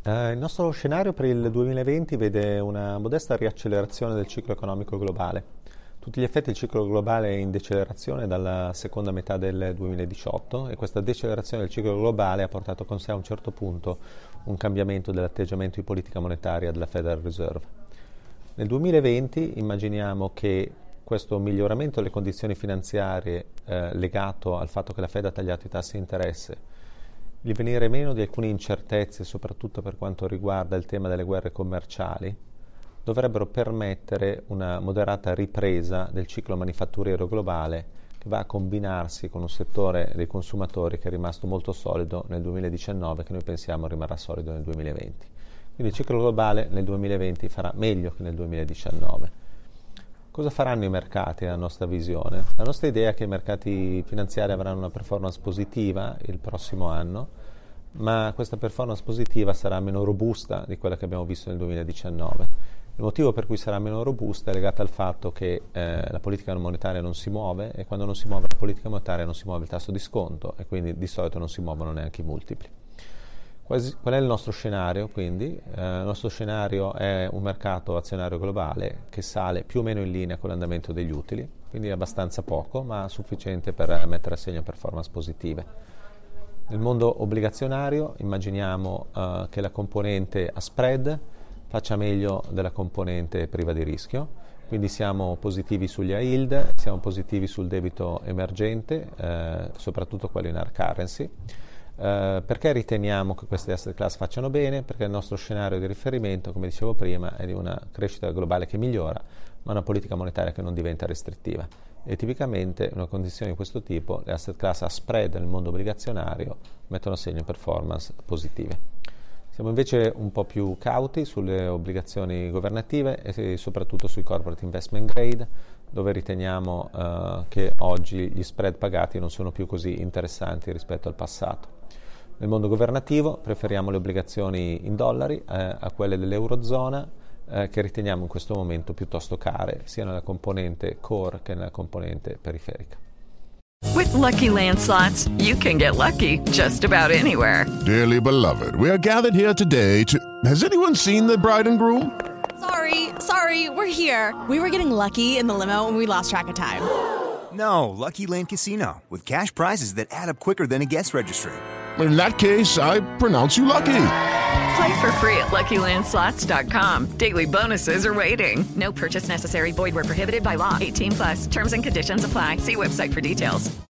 Il nostro scenario per il 2020 vede una modesta riaccelerazione del ciclo economico globale. Tutti gli effetti il ciclo globale è in decelerazione dalla seconda metà del 2018 e questa decelerazione del ciclo globale ha portato con sé a un certo punto un cambiamento dell'atteggiamento di politica monetaria della Federal Reserve. Nel 2020 immaginiamo che questo miglioramento delle condizioni finanziarie legato al fatto che la Fed ha tagliato i tassi di interesse, il venire meno di alcune incertezze, soprattutto per quanto riguarda il tema delle guerre commerciali, dovrebbero permettere una moderata ripresa del ciclo manifatturiero globale che va a combinarsi con un settore dei consumatori che è rimasto molto solido nel 2019 che noi pensiamo rimarrà solido nel 2020. Quindi il ciclo globale nel 2020 farà meglio che nel 2019. Cosa faranno i mercati nella nostra visione? La nostra idea è che i mercati finanziari avranno una performance positiva il prossimo anno, ma questa performance positiva sarà meno robusta di quella che abbiamo visto nel 2019. Il motivo per cui sarà meno robusta è legato al fatto che la politica monetaria non si muove e quando non si muove la politica monetaria non si muove il tasso di sconto e quindi di solito non si muovono neanche i multipli. Qual è il nostro scenario quindi? Il nostro scenario è un mercato azionario globale che sale più o meno in linea con l'andamento degli utili, quindi abbastanza poco ma sufficiente per mettere a segno performance positive. Nel mondo obbligazionario immaginiamo che la componente a spread faccia meglio della componente priva di rischio, quindi siamo positivi sugli high yield, siamo positivi sul debito emergente, soprattutto quello in hard currency. Perché riteniamo che queste asset class facciano bene? Perché il nostro scenario di riferimento, come dicevo prima, è di una crescita globale che migliora, ma una politica monetaria che non diventa restrittiva. E tipicamente in una condizione di questo tipo le asset class a spread nel mondo obbligazionario mettono a segno performance positive. Siamo invece un po' più cauti sulle obbligazioni governative e soprattutto sui corporate investment grade, dove riteniamo che oggi gli spread pagati non sono più così interessanti rispetto al passato. Nel mondo governativo preferiamo le obbligazioni in dollari a quelle dell'Eurozona che riteniamo in questo momento piuttosto care, sia nella componente core che nella componente periferica. With Lucky Land Slots, you can get lucky just about anywhere. Dearly beloved, we are gathered here today to... Has anyone seen the bride and groom? Sorry, we're here. We were getting lucky in the limo and we lost track of time. No, Lucky Land Casino, with cash prizes that add up quicker than a guest registry. In that case, I pronounce you lucky. Play for free at LuckyLandSlots.com. Daily bonuses are waiting. No purchase necessary. Void where prohibited by law. 18+. Terms and conditions apply. See website for details.